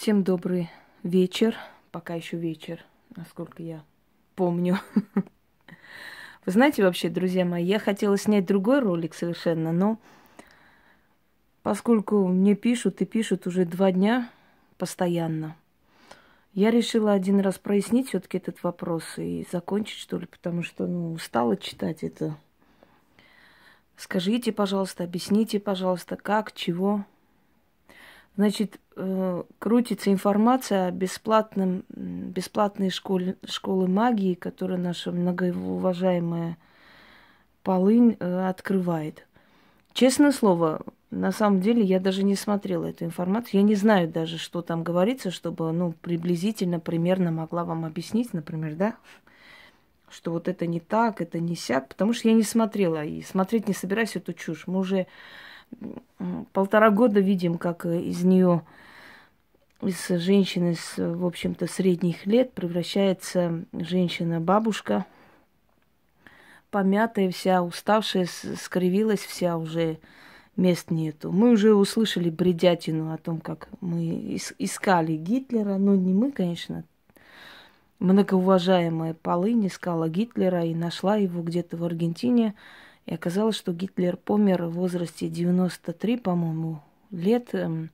Всем добрый вечер. Пока еще вечер, насколько я помню. Вы знаете, вообще, друзья мои, я хотела снять другой ролик совершенно, но поскольку мне пишут и пишут уже 2 дня постоянно, я решила один раз прояснить все-таки этот вопрос и закончить, что ли, потому что, устала читать это. Скажите, пожалуйста, объясните, пожалуйста, как, чего. Значит, крутится информация о бесплатной школы магии, которую наша многоуважаемая Полынь открывает. Честное слово, на самом деле я даже не смотрела эту информацию. Я не знаю даже, что там говорится, чтобы, приблизительно, примерно могла вам объяснить, например, да, что вот это не так, это не сяк, потому что я не смотрела и смотреть не собираюсь эту чушь. Мы уже 1,5 года видим, как из нее, из женщины в общем-то, средних лет превращается женщина-бабушка, помятая вся, уставшая, скривилась вся, уже мест нету. Мы уже услышали бредятину о том, как мы искали Гитлера. Ну, не мы, конечно. Многоуважаемая Полынь искала Гитлера и нашла его где-то в Аргентине. И оказалось, что Гитлер помер в возрасте 93, по-моему, лет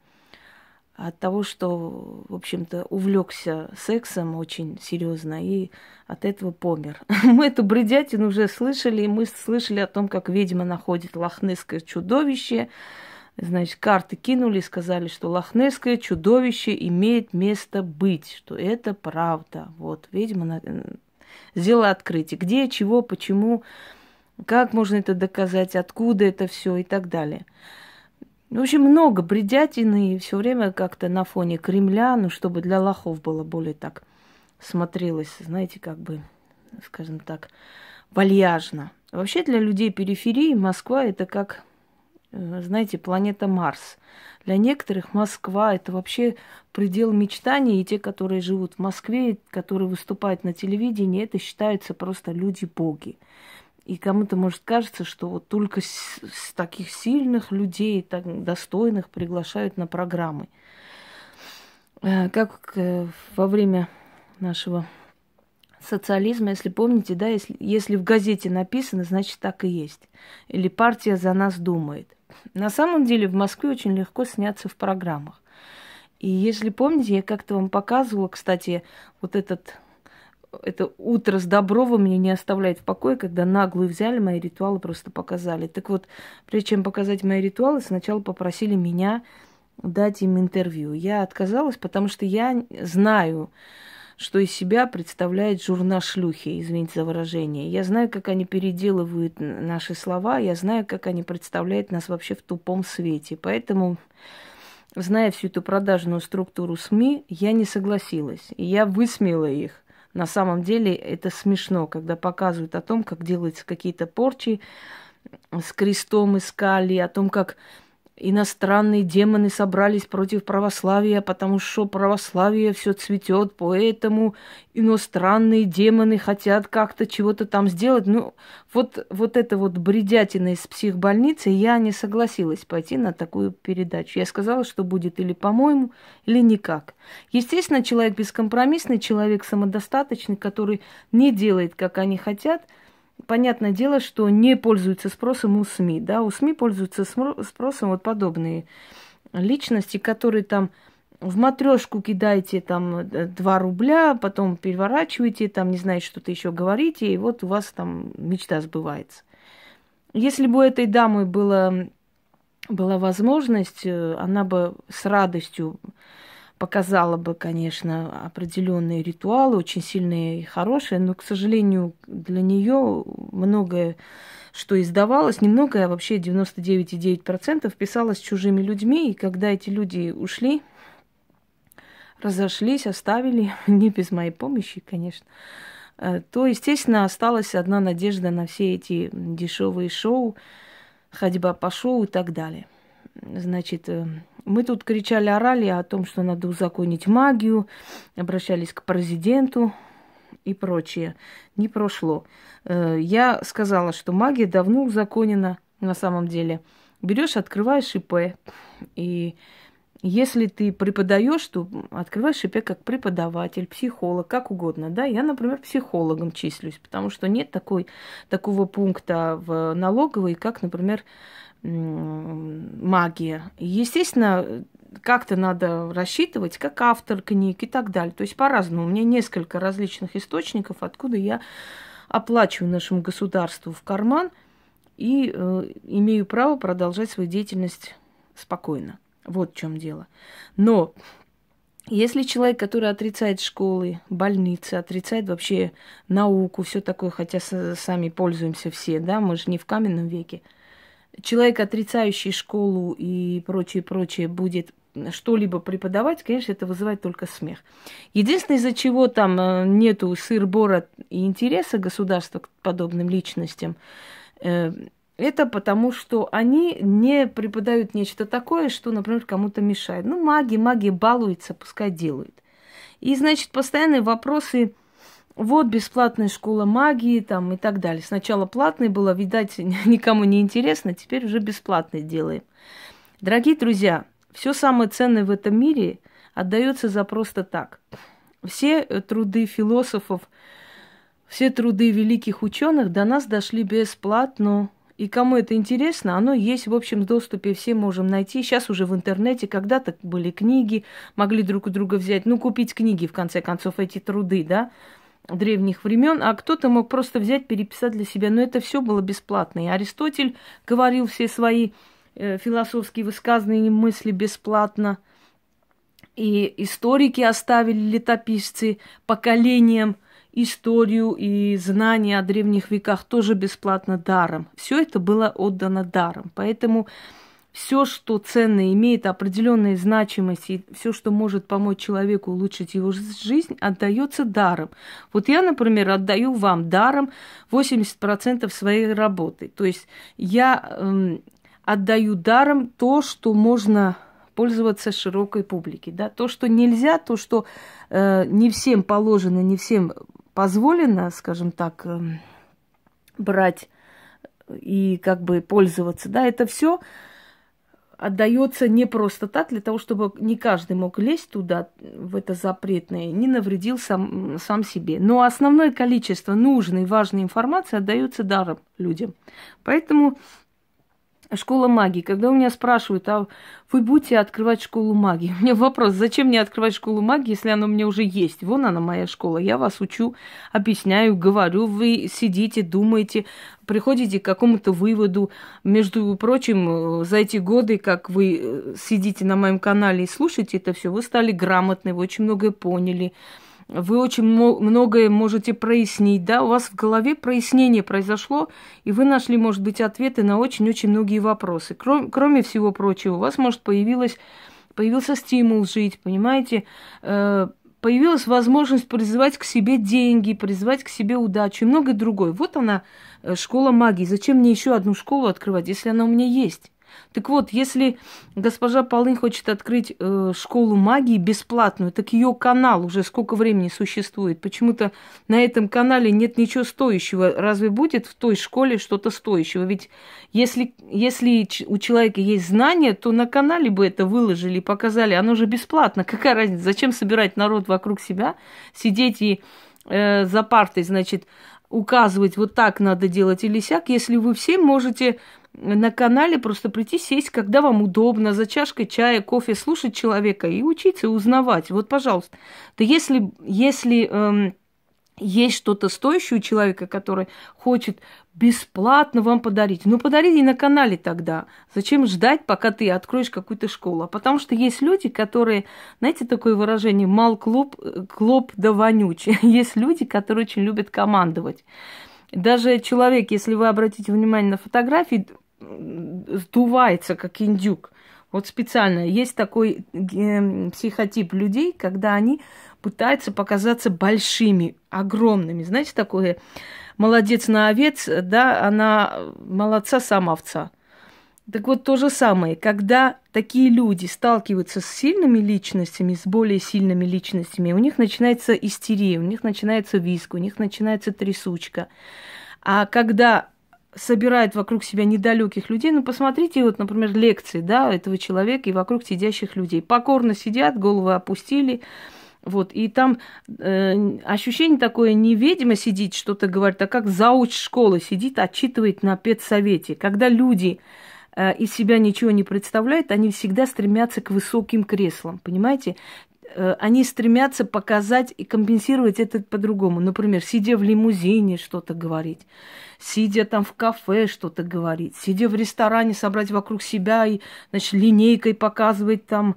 от того, что, в общем-то, увлекся сексом очень серьезно и от этого помер. Мы эту бредятину уже слышали, и мы слышали о том, как ведьма находит лохнесское чудовище. Значит, карты кинули, сказали, что лохнесское чудовище имеет место быть, что это правда. Вот, ведьма сделала открытие. Где, чего, почему, как можно это доказать, откуда это все и так далее. В общем, много бредятины, и все время как-то на фоне Кремля, чтобы для лохов было более так смотрелось, знаете, как бы, скажем так, вальяжно. Вообще для людей периферии Москва это как, знаете, планета Марс. Для некоторых Москва это вообще предел мечтаний, и те, которые живут в Москве, которые выступают на телевидении, это считаются просто люди-боги. И кому-то может кажется, что вот только с таких сильных людей, так достойных приглашают на программы. Как во время нашего социализма, если помните, да, если в газете написано, значит так и есть. Или партия за нас думает. На самом деле в Москве очень легко сняться в программах. И если помните, я как-то вам показывала, кстати, вот это утро с Доброва меня не оставляет в покое, когда наглую взяли, мои ритуалы просто показали. Так вот, прежде чем показать мои ритуалы, сначала попросили меня дать им интервью. Я отказалась, потому что я знаю, что из себя представляет журнал шлюхи, извините за выражение. Я знаю, как они переделывают наши слова, я знаю, как они представляют нас вообще в тупом свете. Поэтому, зная всю эту продажную структуру СМИ, я не согласилась. И я высмеяла их. На самом деле это смешно, когда показывают о том, как делаются какие-то порчи с крестом искали, о том, как иностранные демоны собрались против православия, потому что православие все цветет, поэтому иностранные демоны хотят как-то чего-то там сделать. Ну, вот это вот бредятина из психбольницы, я не согласилась пойти на такую передачу. Я сказала, что будет или по-моему, или никак. Естественно, человек бескомпромиссный, человек самодостаточный, который не делает, как они хотят. Понятное дело, что не пользуются спросом у СМИ. Да? У СМИ пользуются спросом вот подобные личности, которые там в матрешку кидаете там 2 рубля, потом переворачиваете, там не знаю, что-то еще говорите, и вот у вас там мечта сбывается. Если бы у этой дамы была возможность, она бы с радостью показала бы, конечно, определенные ритуалы, очень сильные и хорошие, но, к сожалению, для нее многое, что издавалось, немного, а вообще 99,9% писалось чужими людьми, и когда эти люди ушли, разошлись, оставили, не без моей помощи, конечно, то, естественно, осталась одна надежда на все эти дешевые шоу, ходьба по шоу и так далее. Значит, мы тут кричали, орали о том, что надо узаконить магию, обращались к президенту и прочее. Не прошло. Я сказала, что магия давно узаконена на самом деле. Берешь, открываешь ИП, и Если ты преподаешь, то открываешь себя как преподаватель, психолог, как угодно. Да? Я, например, психологом числюсь, потому что нет такого пункта в налоговой, как, например, магия. Естественно, как-то надо рассчитывать, как автор книг и так далее. То есть по-разному. У меня несколько различных источников, откуда я оплачиваю нашему государству в карман и имею право продолжать свою деятельность спокойно. Вот в чем дело. Но если человек, который отрицает школы, больницы, отрицает вообще науку, все такое, хотя сами пользуемся все, да, мы же не в каменном веке, человек, отрицающий школу и прочее, будет что-либо преподавать, конечно, это вызывает только смех. Единственное, из-за чего там нету сыр-бора и интереса государства к подобным личностям, это потому, что они не преподают нечто такое, что, например, кому-то мешает. Ну, магия балуется, пускай делают. И, значит, постоянные вопросы, вот бесплатная школа магии там и так далее. Сначала платной было, видать, никому не интересно, теперь уже бесплатной делаем. Дорогие друзья, все самое ценное в этом мире отдается за просто так. Все труды философов, все труды великих ученых до нас дошли бесплатно. И кому это интересно, оно есть в общем доступе, все можем найти. Сейчас уже в интернете, когда-то были книги, могли друг у друга взять, ну, купить книги, в конце концов, эти труды, да, древних времен, а кто-то мог просто взять, переписать для себя. Но это все было бесплатно. И Аристотель говорил все свои философские высказывания и мысли бесплатно. И историки оставили, летописцы, поколениям историю и знания о древних веках тоже бесплатно, даром. Все это было отдано даром. Поэтому все, что ценное, имеет определенную значимость, и все, что может помочь человеку улучшить его жизнь, отдается даром. Вот я, например, отдаю вам даром 80% своей работы. То есть я отдаю даром то, что можно пользоваться широкой публике. Да? То, что нельзя, то, что не всем положено, не всем позволено, скажем так, брать и как бы пользоваться, да, это все отдается не просто так, для того, чтобы не каждый мог лезть туда, в это запретное, не навредил сам себе. Но основное количество нужной, важной информации отдается даром людям. Поэтому школа магии. Когда у меня спрашивают, а вы будете открывать школу магии? У меня вопрос, зачем мне открывать школу магии, если она у меня уже есть? Вон она, моя школа. Я вас учу, объясняю, говорю. Вы сидите, думаете, приходите к какому-то выводу. Между прочим, за эти годы, как вы сидите на моем канале и слушаете это все, вы стали грамотны, вы очень многое поняли. Вы очень многое можете прояснить, да, у вас в голове прояснение произошло, и вы нашли, может быть, ответы на очень-очень многие вопросы. Кроме всего прочего, у вас, может, появился стимул жить, понимаете, появилась возможность призывать к себе деньги, призывать к себе удачу и многое другое. Вот она, школа магии. Зачем мне еще одну школу открывать, если она у меня есть? Так вот, если госпожа Полынь хочет открыть школу магии бесплатную, так ее канал уже сколько времени существует. Почему-то на этом канале нет ничего стоящего. Разве будет в той школе что-то стоящего? Ведь если у человека есть знания, то на канале бы это выложили, показали. Оно же бесплатно. Какая разница? Зачем собирать народ вокруг себя, сидеть и за партой, значит, указывать, вот так надо делать или сяк, если вы все можете на канале просто прийти, сесть, когда вам удобно, за чашкой чая, кофе, слушать человека и учиться, узнавать. Вот, пожалуйста. Да если есть что-то стоящее у человека, который хочет бесплатно вам подарить, ну, подарите и на канале тогда. Зачем ждать, пока ты откроешь какую-то школу? Потому что есть люди, которые, знаете, такое выражение, мал клоп да вонючий. Есть люди, которые очень любят командовать. Даже человек, если вы обратите внимание на фотографии, сдувается, как индюк. Вот специально. Есть такой психотип людей, когда они пытаются показаться большими, огромными. Знаете, такое молодец на овец, да, она молодца сам овца. Так вот, то же самое, когда такие люди сталкиваются с сильными личностями, с более сильными личностями, у них начинается истерия, у них начинается визг, у них начинается трясучка. А когда собирает вокруг себя недалеких людей. Ну, посмотрите, вот, например, лекции, да, этого человека и вокруг сидящих людей. Покорно сидят, головы опустили. Вот, и там ощущение такое, не ведьма сидит, что-то говорит, а как зауч школы сидит, отчитывает на педсовете. Когда люди из себя ничего не представляют, они всегда стремятся к высоким креслам, понимаете? Они стремятся показать и компенсировать это по-другому. Например, сидя в лимузине что-то говорить, сидя там в кафе что-то говорить, сидя в ресторане собрать вокруг себя и, значит, линейкой показывать там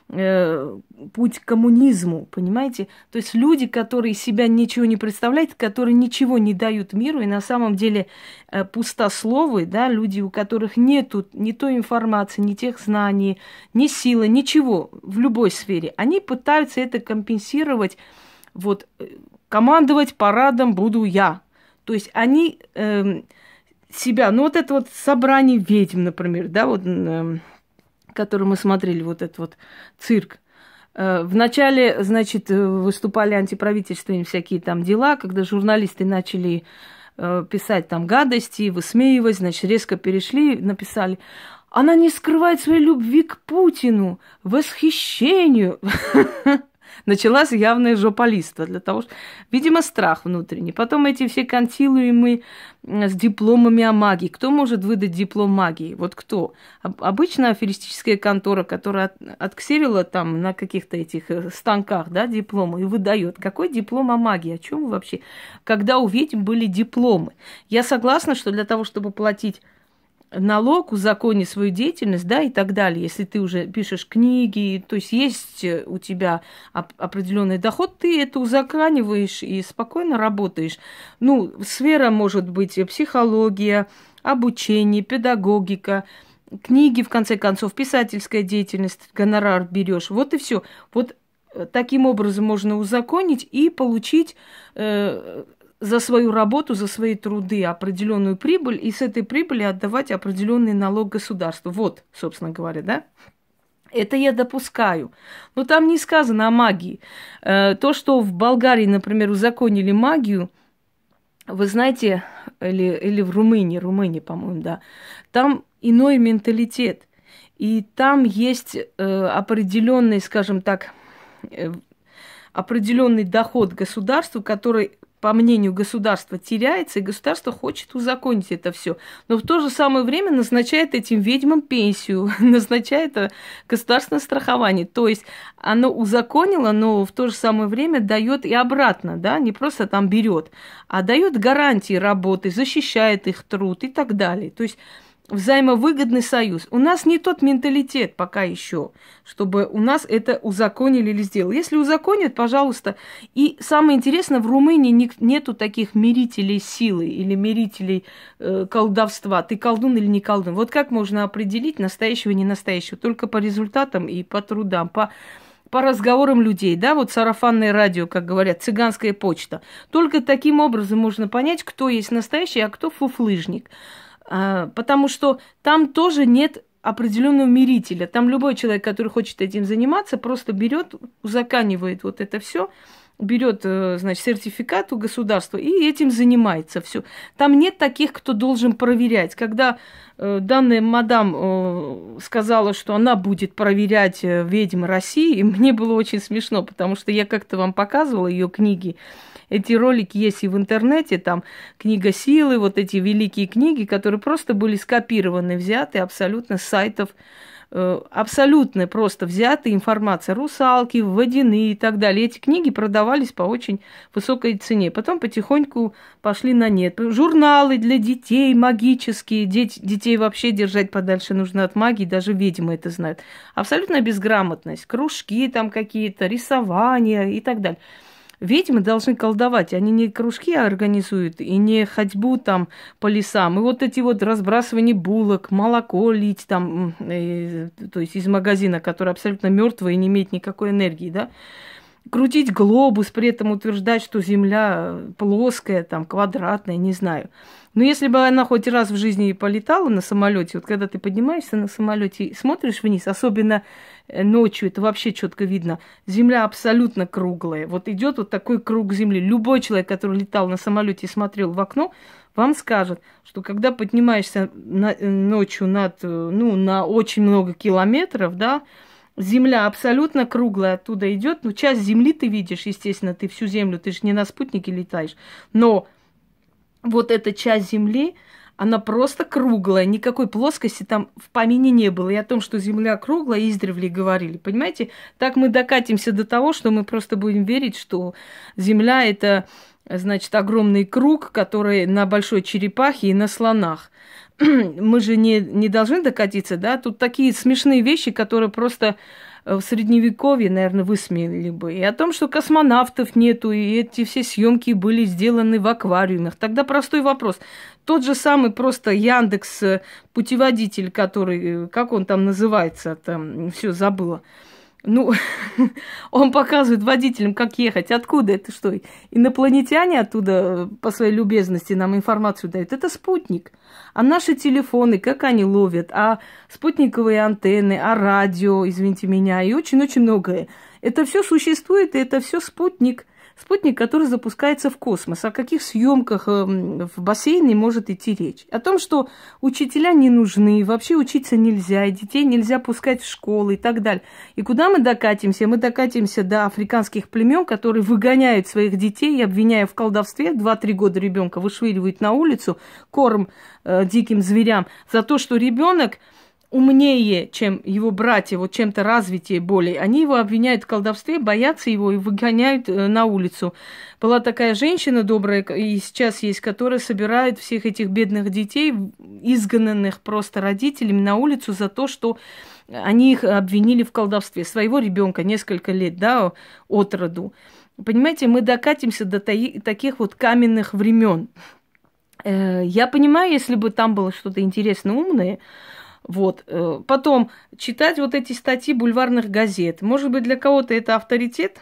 путь к коммунизму, понимаете? То есть люди, которые из себя ничего не представляют, которые ничего не дают миру, и на самом деле пустословы, да, люди, у которых нету ни той информации, ни тех знаний, ни силы, ничего в любой сфере, они пытаются это компенсировать, вот, командовать парадом буду я. То есть они себя, ну вот это вот собрание ведьм, например, да, вот который мы смотрели, вот этот вот цирк. Вначале, значит, выступали антиправительственные всякие там дела, когда журналисты начали писать там гадости, высмеивать, значит, резко перешли, написали: она не скрывает своей любви к Путину, восхищению. Началась явное жополиство для того, что, видимо, страх внутренний. Потом эти все консилиумы с дипломами о магии. Кто может выдать диплом магии? Вот кто? Обычная аферистическая контора, которая отксерила там на каких-то этих станках, да, дипломы и выдает. Какой диплом о магии? О чем вы вообще? Когда у ведьм были дипломы? Я согласна, что для того, чтобы платить налог, узакони свою деятельность, да, и так далее. Если ты уже пишешь книги, то есть у тебя определенный доход, ты это узаканиваешь и спокойно работаешь. Ну, сфера может быть психология, обучение, педагогика, книги, в конце концов, писательская деятельность, гонорар берешь. Вот и все. Вот таким образом можно узаконить и получить за свою работу, за свои труды определенную прибыль, и с этой прибыли отдавать определенный налог государству. Вот, собственно говоря, да? Это я допускаю. Но там не сказано о магии. То, что в Болгарии, например, узаконили магию, вы знаете, или в Румынии, по-моему, да, там иной менталитет. И там есть определенный, скажем так, определенный доход государству, который, по мнению государства, теряется, и государство хочет узаконить это все. Но в то же самое время назначает этим ведьмам пенсию, назначает государственное страхование. То есть оно узаконило, но в то же самое время дает и обратно, да, не просто там берет, а дает гарантии работы, защищает их труд и так далее. То есть взаимовыгодный союз. У нас не тот менталитет пока еще, чтобы у нас это узаконили или сделали. Если узаконят, пожалуйста. И самое интересное, в Румынии нету таких мерителей силы или мерителей колдовства. Ты колдун или не колдун. Вот как можно определить настоящего и ненастоящего? Только по результатам и по трудам, по разговорам людей, да, вот сарафанное радио, как говорят, цыганская почта. Только таким образом можно понять, кто есть настоящий, а кто фуфлыжник. Потому что там тоже нет определенного мерителя. Там любой человек, который хочет этим заниматься, просто берет, узаканивает вот это все, берет, значит, сертификат у государства и этим занимается. Все. Там нет таких, кто должен проверять. Когда данная мадам сказала, что она будет проверять ведьм России, мне было очень смешно, потому что я как-то вам показывала ее книги. Эти ролики есть и в интернете, там книга силы, вот эти великие книги, которые просто были скопированы, взяты абсолютно с сайтов, абсолютно просто взята информация, русалки, водяные и так далее. Эти книги продавались по очень высокой цене. Потом потихоньку пошли на нет. Журналы для детей магические. Детей вообще держать подальше нужно от магии, даже ведьмы это знают. Абсолютная безграмотность, кружки там какие-то, рисования и так далее. Ведьмы должны колдовать, они не кружки организуют и не ходьбу там по лесам. И вот эти вот разбрасывания булок, молоко лить там, то есть из магазина, который абсолютно мертвый и не имеет никакой энергии, да. крутить глобус, при этом утверждать, что Земля плоская, там, квадратная, не знаю. Но если бы она хоть раз в жизни полетала на самолете, вот когда ты поднимаешься на самолете и смотришь вниз, особенно ночью, это вообще четко видно, Земля абсолютно круглая. Вот идет вот такой круг Земли. Любой человек, который летал на самолете и смотрел в окно, вам скажет, что когда поднимаешься ночью на очень много километров, да, Земля абсолютно круглая оттуда идет. Ну, часть Земли ты видишь, естественно, ты всю Землю, ты же не на спутнике летаешь. Но вот эта часть Земли, она просто круглая, никакой плоскости там в помине не было. И о том, что Земля круглая, издревле говорили. Понимаете? Так мы докатимся до того, что мы просто будем верить, что Земля – это, значит, огромный круг, который на большой черепахе и на слонах. Мы же не должны докатиться, да? Тут такие смешные вещи, которые просто в Средневековье, наверное, высмеяли бы. И о том, что космонавтов нету, и эти все съемки были сделаны в аквариумах. Тогда простой вопрос. Тот же самый просто Яндекс путеводитель, который, как он там называется, там все забыла. Ну, он показывает водителям, как ехать. Откуда это что? Инопланетяне оттуда по своей любезности нам информацию дают. Это спутник. А наши телефоны, как они ловят? А спутниковые антенны, а радио, извините меня, и очень-очень многое. Это все существует, и это все спутник. Спутник, который запускается в космос. О каких съемках в бассейне может идти речь? О том, что учителя не нужны, вообще учиться нельзя, и детей нельзя пускать в школы и так далее. И куда мы докатимся? Мы докатимся до африканских племен, которые выгоняют своих детей, обвиняя в колдовстве, 2-3 года ребенка вышвыривают на улицу корм диким зверям за то, что ребенок умнее, чем его братья, вот чем-то развитее более, они его обвиняют в колдовстве, боятся его и выгоняют на улицу. Была такая женщина добрая, и сейчас есть, которая собирает всех этих бедных детей, изгнанных просто родителями, на улицу за то, что они их обвинили в колдовстве. Своего ребенка несколько лет, да, от роду. Понимаете, мы докатимся до таких вот каменных времен. Я понимаю, если бы там было что-то интересное, умное. Вот. Потом читать вот эти статьи бульварных газет. Может быть, для кого-то это авторитет,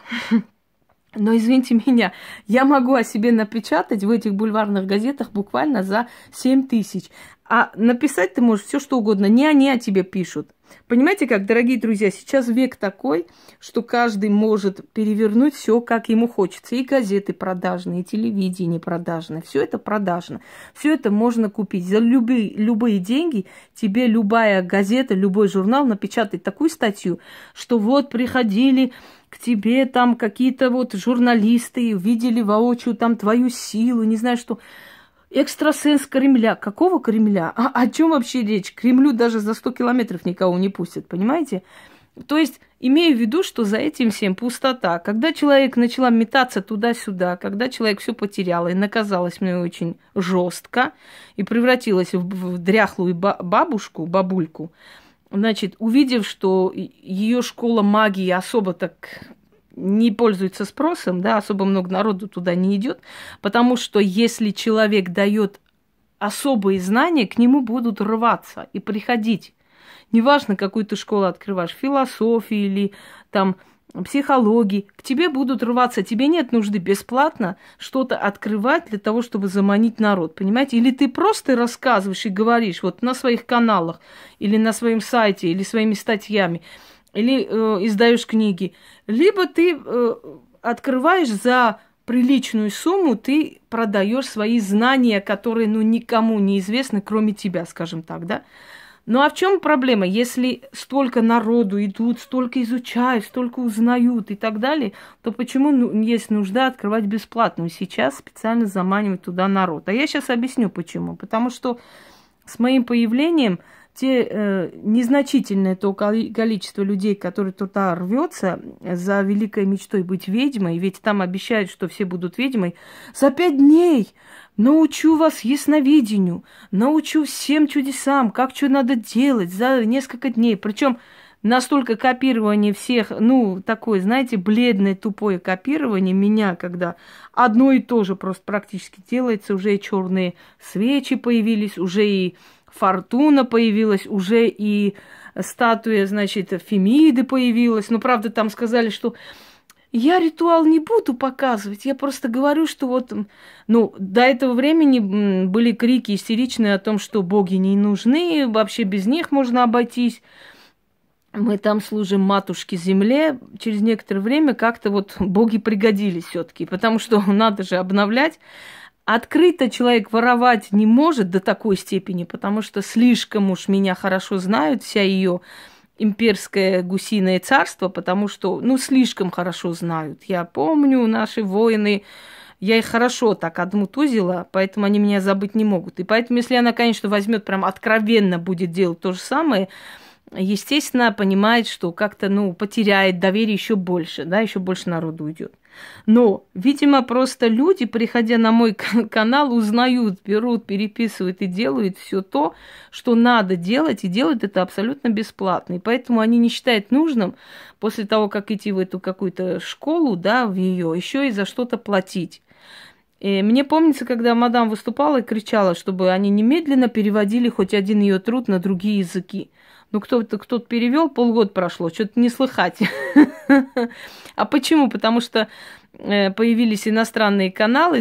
но, извините меня, я могу о себе напечатать в этих бульварных газетах буквально за 7 тысяч. А написать ты можешь все что угодно, не они о тебе пишут. Понимаете как, дорогие друзья, сейчас век такой, что каждый может перевернуть все, как ему хочется. И газеты продажные, и телевидение продажное. Все это продажно. Все это можно купить. За любые деньги тебе любая газета, любой журнал напечатает такую статью, что вот приходили к тебе там какие-то вот журналисты, видели воочию там твою силу, не знаю что. Экстрасенс Кремля. Какого Кремля? О чем вообще речь? К Кремлю даже за 100 километров никого не пустят, понимаете? То есть, имею в виду, что за этим всем пустота. Когда человек начала метаться туда-сюда, когда человек все потерял и наказалась мне очень жестко и превратилась в дряхлую бабульку, значит, увидев, что ее школа магии особо так не пользуется спросом, да, особо много народу туда не идет, потому что если человек дает особые знания, к нему будут рваться и приходить. Неважно, какую ты школу открываешь, философии или там психологии, к тебе будут рваться. Тебе нет нужды бесплатно что-то открывать для того, чтобы заманить народ, понимаете? Или ты просто рассказываешь и говоришь вот на своих каналах, или на своем сайте, или своими статьями, или издаешь книги, либо ты открываешь за приличную сумму, ты продаешь свои знания, которые, ну, никому не известны, кроме тебя, скажем так, да? Ну, а в чем проблема? Если столько народу идут, столько изучают, столько узнают и так далее, то почему есть нужда открывать бесплатно? Сейчас специально заманивать туда народ. А я сейчас объясню, почему. Потому что с моим появлением те незначительное то количество людей, которые туда рвется за великой мечтой быть ведьмой, ведь там обещают, что все будут ведьмой, за 5 дней научу вас ясновидению, научу всем чудесам, как что надо делать за несколько дней. Причем настолько копирование всех, ну, такое, знаете, бледное, тупое копирование меня, когда одно и то же просто практически делается, уже и черные свечи появились, уже и Фортуна появилась, уже и статуя, значит, Фемиды появилась. Но, правда, там сказали, что Я ритуал не буду показывать, я просто говорю, что вот, ну, до этого времени были крики истеричные о том, что боги не нужны, вообще без них можно обойтись. Мы там служим матушке земле. Через некоторое время как-то вот боги пригодились все-таки, потому что надо же обновлять. Открыто человек воровать не может до такой степени, потому что слишком уж меня хорошо знают, вся ее имперское гусиное царство, потому что, ну, слишком хорошо знают. Я помню, наши воины, я их хорошо так отмутузила, поэтому они меня забыть не могут. И поэтому, если она, конечно, возьмет прям откровенно будет делать то же самое, естественно, понимает, что как-то, ну, потеряет доверие еще больше, да, еще больше народу уйдет. Но, видимо, просто люди, приходя на мой канал, узнают, берут, переписывают и делают все то, что надо делать, и делают это абсолютно бесплатно. И поэтому они не считают нужным после того, как идти в эту какую-то школу, да, в ее, еще и за что-то платить. И мне помнится, когда мадам выступала и кричала, чтобы они немедленно переводили хоть один ее труд на другие языки. Ну, кто-то перевел, полгода прошло, что-то не слыхать. А почему? Потому что появились иностранные каналы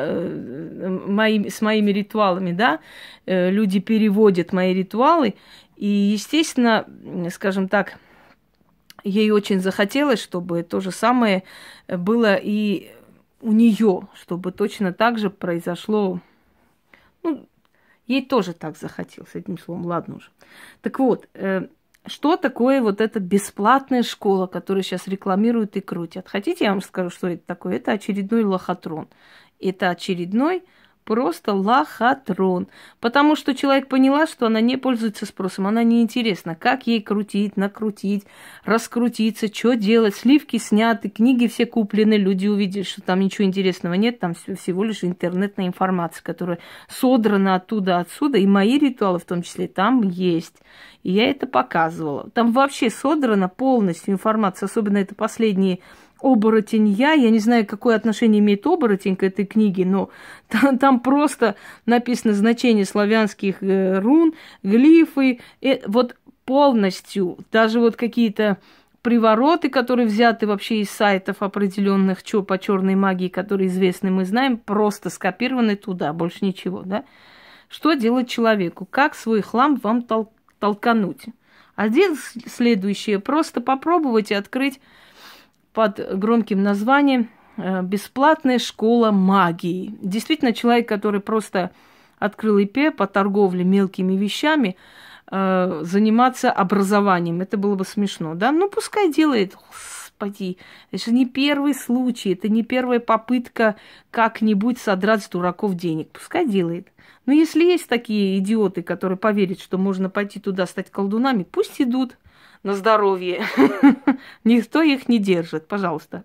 с моими ритуалами, да, люди переводят мои ритуалы, и, естественно, скажем так, ей очень захотелось, чтобы то же самое было и у нее, чтобы точно так же произошло, ну, ей тоже так захотелось, одним словом, ладно уже. Так вот, что такое вот эта бесплатная школа, которую сейчас рекламируют и крутят? Хотите, я вам скажу, что это такое? Это очередной лохотрон. Это очередной просто лохотрон. Потому что человек поняла, что она не пользуется спросом, она неинтересна. Как ей крутить, накрутить, раскрутиться, что делать? Сливки сняты, книги все куплены, люди увидели, что там ничего интересного нет, там всего лишь интернетная информация, которая содрана оттуда, отсюда, и мои ритуалы в том числе там есть. И я это показывала. Там вообще содрана полностью информация, особенно это последние оборотень я не знаю, какое отношение имеет оборотень к этой книге, но там просто написано значение славянских рун, глифы, вот полностью, даже вот какие-то привороты, которые взяты вообще из сайтов определенных, по черной магии, которые известны, мы знаем, просто скопированы туда, больше ничего, да? Что делать человеку? Как свой хлам вам толкануть? А здесь следующее, просто попробуйте открыть под громким названием «Бесплатная школа магии». Действительно, человек, который просто открыл ИП по торговле мелкими вещами, заниматься образованием. Это было бы смешно, да? Ну, пускай делает. Господи, это же не первый случай, это не первая попытка как-нибудь содрать с дураков денег. Пускай делает. Но если есть такие идиоты, которые поверят, что можно пойти туда стать колдунами, пусть идут. На здоровье. Никто их не держит, пожалуйста.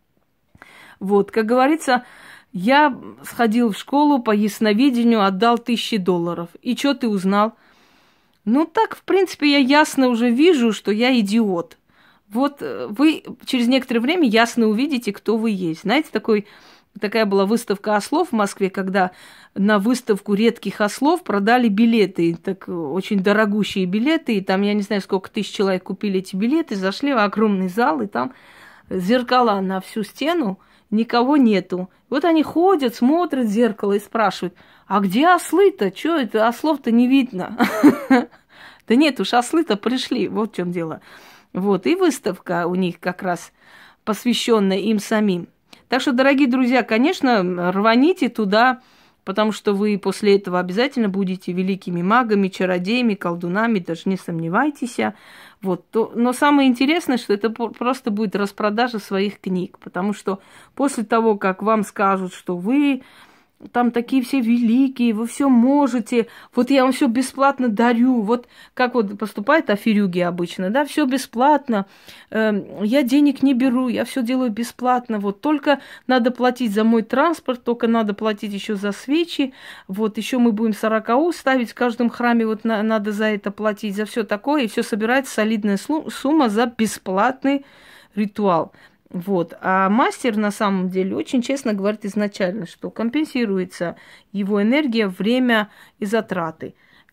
Вот, как говорится, я сходил в школу по ясновидению, отдал $1000. И что ты узнал? Ну так, в принципе, я ясно уже вижу, что я идиот. Вот вы через некоторое время ясно увидите, кто вы есть. Знаете, такая была выставка ослов в Москве, когда на выставку редких ослов продали билеты, так очень дорогущие билеты, и там, я не знаю, сколько тысяч человек купили эти билеты, зашли в огромный зал, и там зеркала на всю стену, никого нету. Вот они ходят, смотрят в зеркало и спрашивают, а где ослы-то? Чё это, ослов-то не видно? Да нет уж, ослы-то пришли, вот в чем дело. Вот, и выставка у них как раз посвященная им самим. Так что, дорогие друзья, конечно, рваните туда, потому что вы после этого обязательно будете великими магами, чародеями, колдунами, даже не сомневайтесь. Вот. Но самое интересное, что это просто будет распродажа своих книг, потому что после того, как вам скажут, что вы там такие все великие, вы все можете, вот я вам все бесплатно дарю, вот как вот поступают аферюги обычно, да, все бесплатно, я денег не беру, я все делаю бесплатно, вот только надо платить за мой транспорт, только надо платить еще за свечи, вот еще мы будем 40 ставить в каждом храме, вот надо за это платить, за все такое, и все собирается солидная сумма за бесплатный ритуал. Вот. А мастер на самом деле очень честно говорит изначально, что компенсируется его энергия, время и затраты.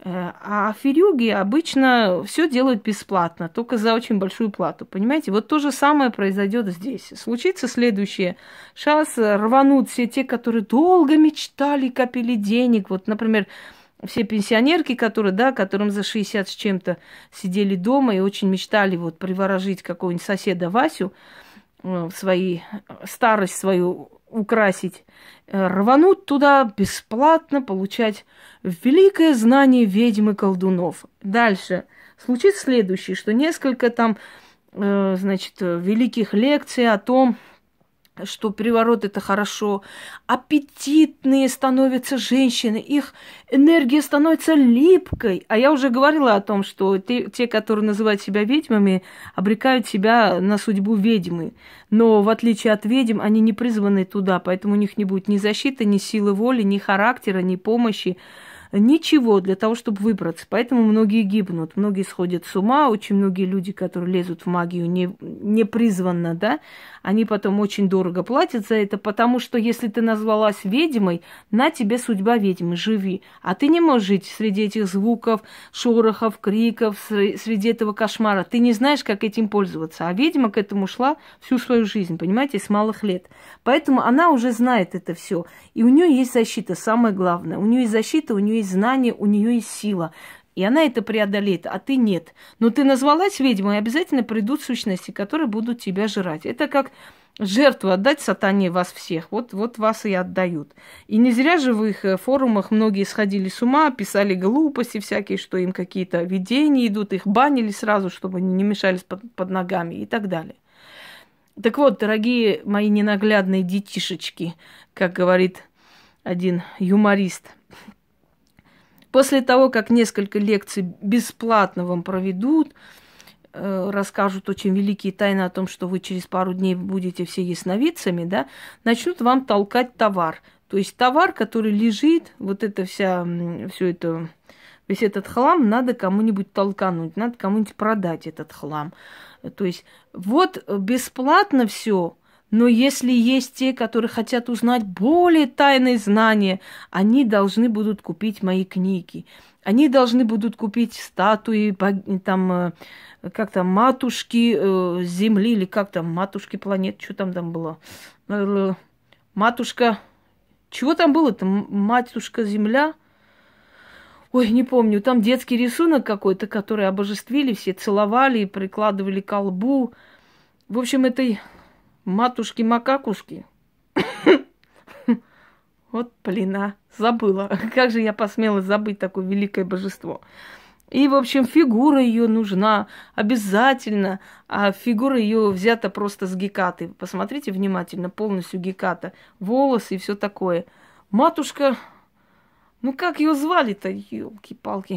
А фирюги обычно все делают бесплатно, только за очень большую плату. Понимаете? Вот то же самое произойдет здесь. Случится следующее. Сейчас рванут все те, которые долго мечтали, копили денег. Вот, например, все пенсионерки, которые, да, которым за 60 с чем-то сидели дома и очень мечтали вот приворожить какого-нибудь соседа Васю, свои, старость свою украсить, рванут туда бесплатно получать великое знание ведьм и колдунов. Дальше случится следующее, что несколько там, значит, великих лекций о том, что приворот это хорошо, аппетитные становятся женщины, их энергия становится липкой. А я уже говорила о том, что те, которые называют себя ведьмами, обрекают себя на судьбу ведьмы. Но в отличие от ведьм, они не призваны туда, поэтому у них не будет ни защиты, ни силы воли, ни характера, ни помощи. Ничего для того, чтобы выбраться. Поэтому многие гибнут, многие сходят с ума. Очень многие люди, которые лезут в магию не призванно, да, они потом очень дорого платят за это, потому что если ты назвалась ведьмой, на тебе судьба ведьмы, живи. А ты не можешь жить среди этих звуков, шорохов, криков, среди этого кошмара. Ты не знаешь, как этим пользоваться. А ведьма к этому шла всю свою жизнь, понимаете, с малых лет. Поэтому она уже знает это все. И у нее есть защита, самое главное. У нее есть защита, у нее есть знание, у нее есть сила. И она это преодолеет, а ты нет. Но ты назвалась ведьмой, и обязательно придут сущности, которые будут тебя жрать. Это как жертву отдать сатане вас всех. Вот вас и отдают. И не зря же в их форумах многие сходили с ума, писали глупости всякие, что им какие-то видения идут, их банили сразу, чтобы они не мешались под ногами и так далее. Так вот, дорогие мои ненаглядные детишечки, как говорит один юморист, после того, как несколько лекций бесплатно вам проведут, расскажут очень великие тайны о том, что вы через пару дней будете все ясновидцами, да, начнут вам толкать товар. То есть товар, который лежит, вот это весь этот хлам надо кому-нибудь толкануть, надо кому-нибудь продать этот хлам. То есть вот бесплатно все. Но если есть те, которые хотят узнать более тайные знания, они должны будут купить мои книги. Они должны будут купить статуи, там, как там, матушки Земли, или как там, матушки планет, что там было? Матушка, чего там было-то? Матушка Земля? Ой, не помню, там детский рисунок какой-то, который обожествили, все целовали, прикладывали к колбу. В общем, этой... Матушки-макакушки. Вот, блин, забыла. Как же я посмела забыть такое великое божество. И, в общем, фигура ее нужна обязательно. А фигура ее взята просто с Гекаты. Посмотрите внимательно, полностью Геката. Волосы и все такое. Матушка... Ну, как ее звали-то? Ёлки-палки.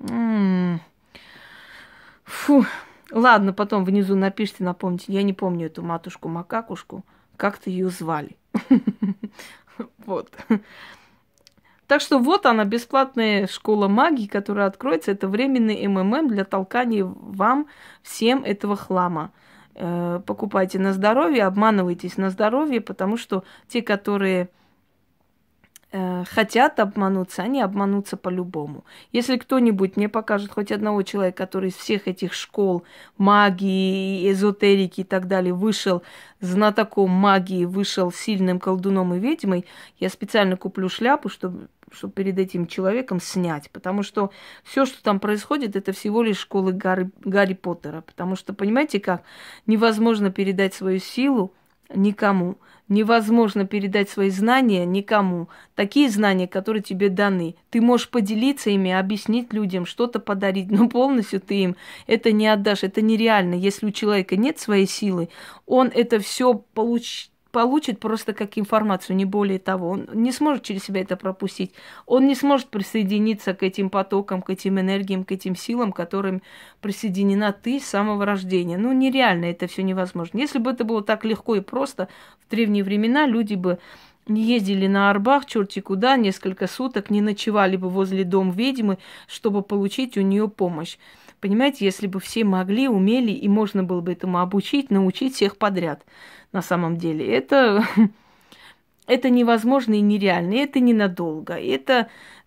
Фу. Ладно, потом внизу напишите, напомните. Я не помню эту матушку-макакушку. Как-то ее звали. Вот. Так что вот она, бесплатная школа магии, которая откроется. Это временный МММ для толкания вам всем этого хлама. Покупайте на здоровье, обманывайтесь на здоровье, потому что те, которые хотят обмануться, они обманутся по-любому. Если кто-нибудь мне покажет хоть одного человека, который из всех этих школ магии, эзотерики и так далее вышел знатоком магии, вышел сильным колдуном и ведьмой, я специально куплю шляпу, чтобы перед этим человеком снять. Потому что все, что там происходит, это всего лишь школы Гарри Поттера. Потому что, понимаете как, невозможно передать свою силу никому. Невозможно передать свои знания никому. Такие знания, которые тебе даны. Ты можешь поделиться ими, объяснить людям, что-то подарить, но полностью ты им это не отдашь. Это нереально. Если у человека нет своей силы, он это все получит просто как информацию, не более того. Он не сможет через себя это пропустить. Он не сможет присоединиться к этим потокам, к этим энергиям, к этим силам, к которым присоединена ты с самого рождения. Ну, нереально, это все невозможно. Если бы это было так легко и просто, в древние времена люди бы не ездили на Арбах, черти куда, несколько суток, не ночевали бы возле дома ведьмы, чтобы получить у нее помощь. Понимаете, если бы все могли, умели, и можно было бы этому обучить, научить всех подряд. На самом деле. Это невозможно и нереально. И это ненадолго. Это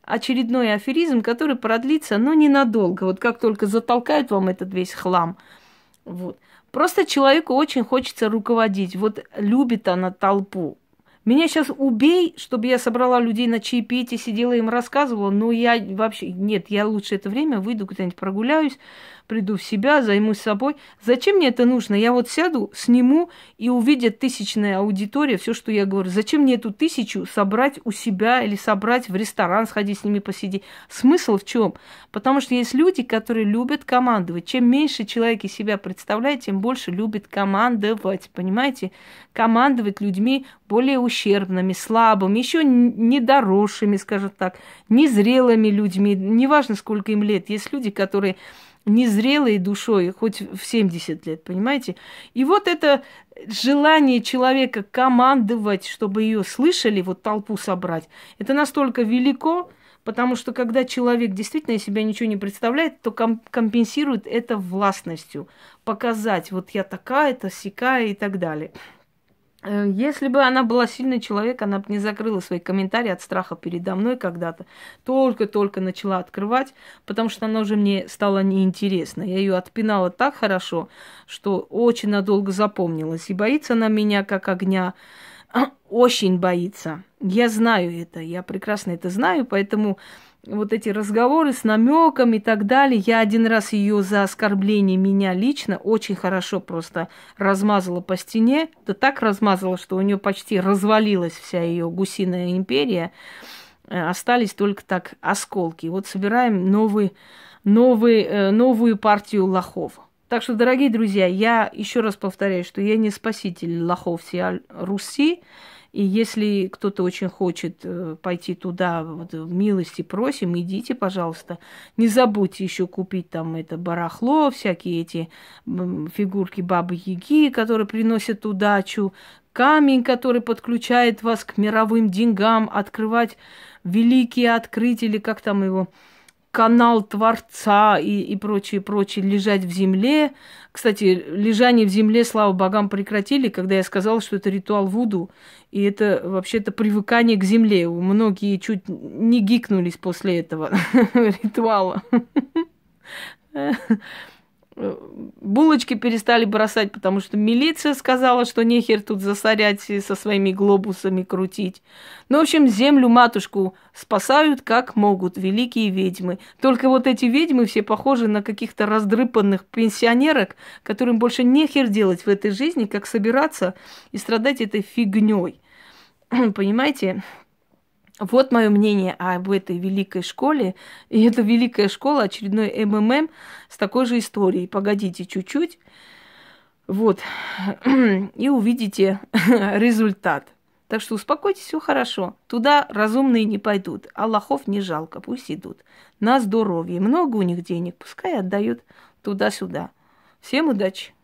очередной аферизм, который продлится, но ненадолго. Вот как только затолкают вам этот весь хлам. Вот. Просто человеку очень хочется руководить. Вот любит она толпу. Меня сейчас убей, чтобы я собрала людей на чаепитие, сидела им рассказывала, но я вообще... Нет, я лучше это время выйду куда-нибудь прогуляюсь, приду в себя, займусь собой. Зачем мне это нужно? Я вот сяду, сниму и увидят тысячная аудитория все, что я говорю. Зачем мне эту 1000 собрать у себя или собрать в ресторан, сходить с ними посидеть? Смысл в чем? Потому что есть люди, которые любят командовать. Чем меньше человек из себя представляет, тем больше любит командовать. Понимаете? Командовать людьми более ущербными, слабыми, еще недоросшими, скажем так, незрелыми людьми. Неважно, сколько им лет. Есть люди, которые незрелые душой, хоть в 70 лет, понимаете? И вот это желание человека командовать, чтобы ее слышали, вот толпу собрать, это настолько велико, потому что когда человек действительно из себя ничего не представляет, то компенсирует это властностью. Показать, вот я такая-то, сякая и так далее. Если бы она была сильный человек, она бы не закрыла свои комментарии от страха передо мной когда-то. Только-только начала открывать, потому что она уже мне стала неинтересна. Я ее отпинала так хорошо, что очень надолго запомнилась. И боится она меня как огня. Очень боится. Я знаю это, я прекрасно это знаю, поэтому вот эти разговоры с намеком и так далее. Я один раз ее за оскорбление меня лично очень хорошо просто размазала по стене. Да так размазала, что у нее почти развалилась вся ее гусиная империя. Остались только так осколки. Вот собираем новую партию лохов. Так что, дорогие друзья, я еще раз повторяю, что я не спаситель лохов всей Руси. И если кто-то очень хочет пойти туда, вот, милости просим, идите, пожалуйста. Не забудьте еще купить там это барахло, всякие эти фигурки Бабы-Яги, которые приносят удачу, камень, который подключает вас к мировым деньгам, открывать великие открытия, или как там его... канал Творца и прочее, лежать в земле. Кстати, лежание в земле, слава богам, прекратили, когда я сказала, что это ритуал Вуду. И это вообще-то привыкание к земле. Многие чуть не гикнулись после этого ритуала. Булочки перестали бросать, потому что милиция сказала, что нехер тут засорять и со своими глобусами крутить. Ну, в общем, землю-матушку спасают как могут великие ведьмы. Только вот эти ведьмы все похожи на каких-то раздрыпанных пенсионерок, которым больше нехер делать в этой жизни, как собираться и страдать этой фигней. Понимаете? Вот мое мнение об этой великой школе. И эта великая школа, очередной МММ с такой же историей. Погодите чуть-чуть. Вот. И увидите результат. Так что успокойтесь, все хорошо. Туда разумные не пойдут, а лохов не жалко, пусть идут. На здоровье. Много у них денег, пускай отдают туда-сюда. Всем удачи!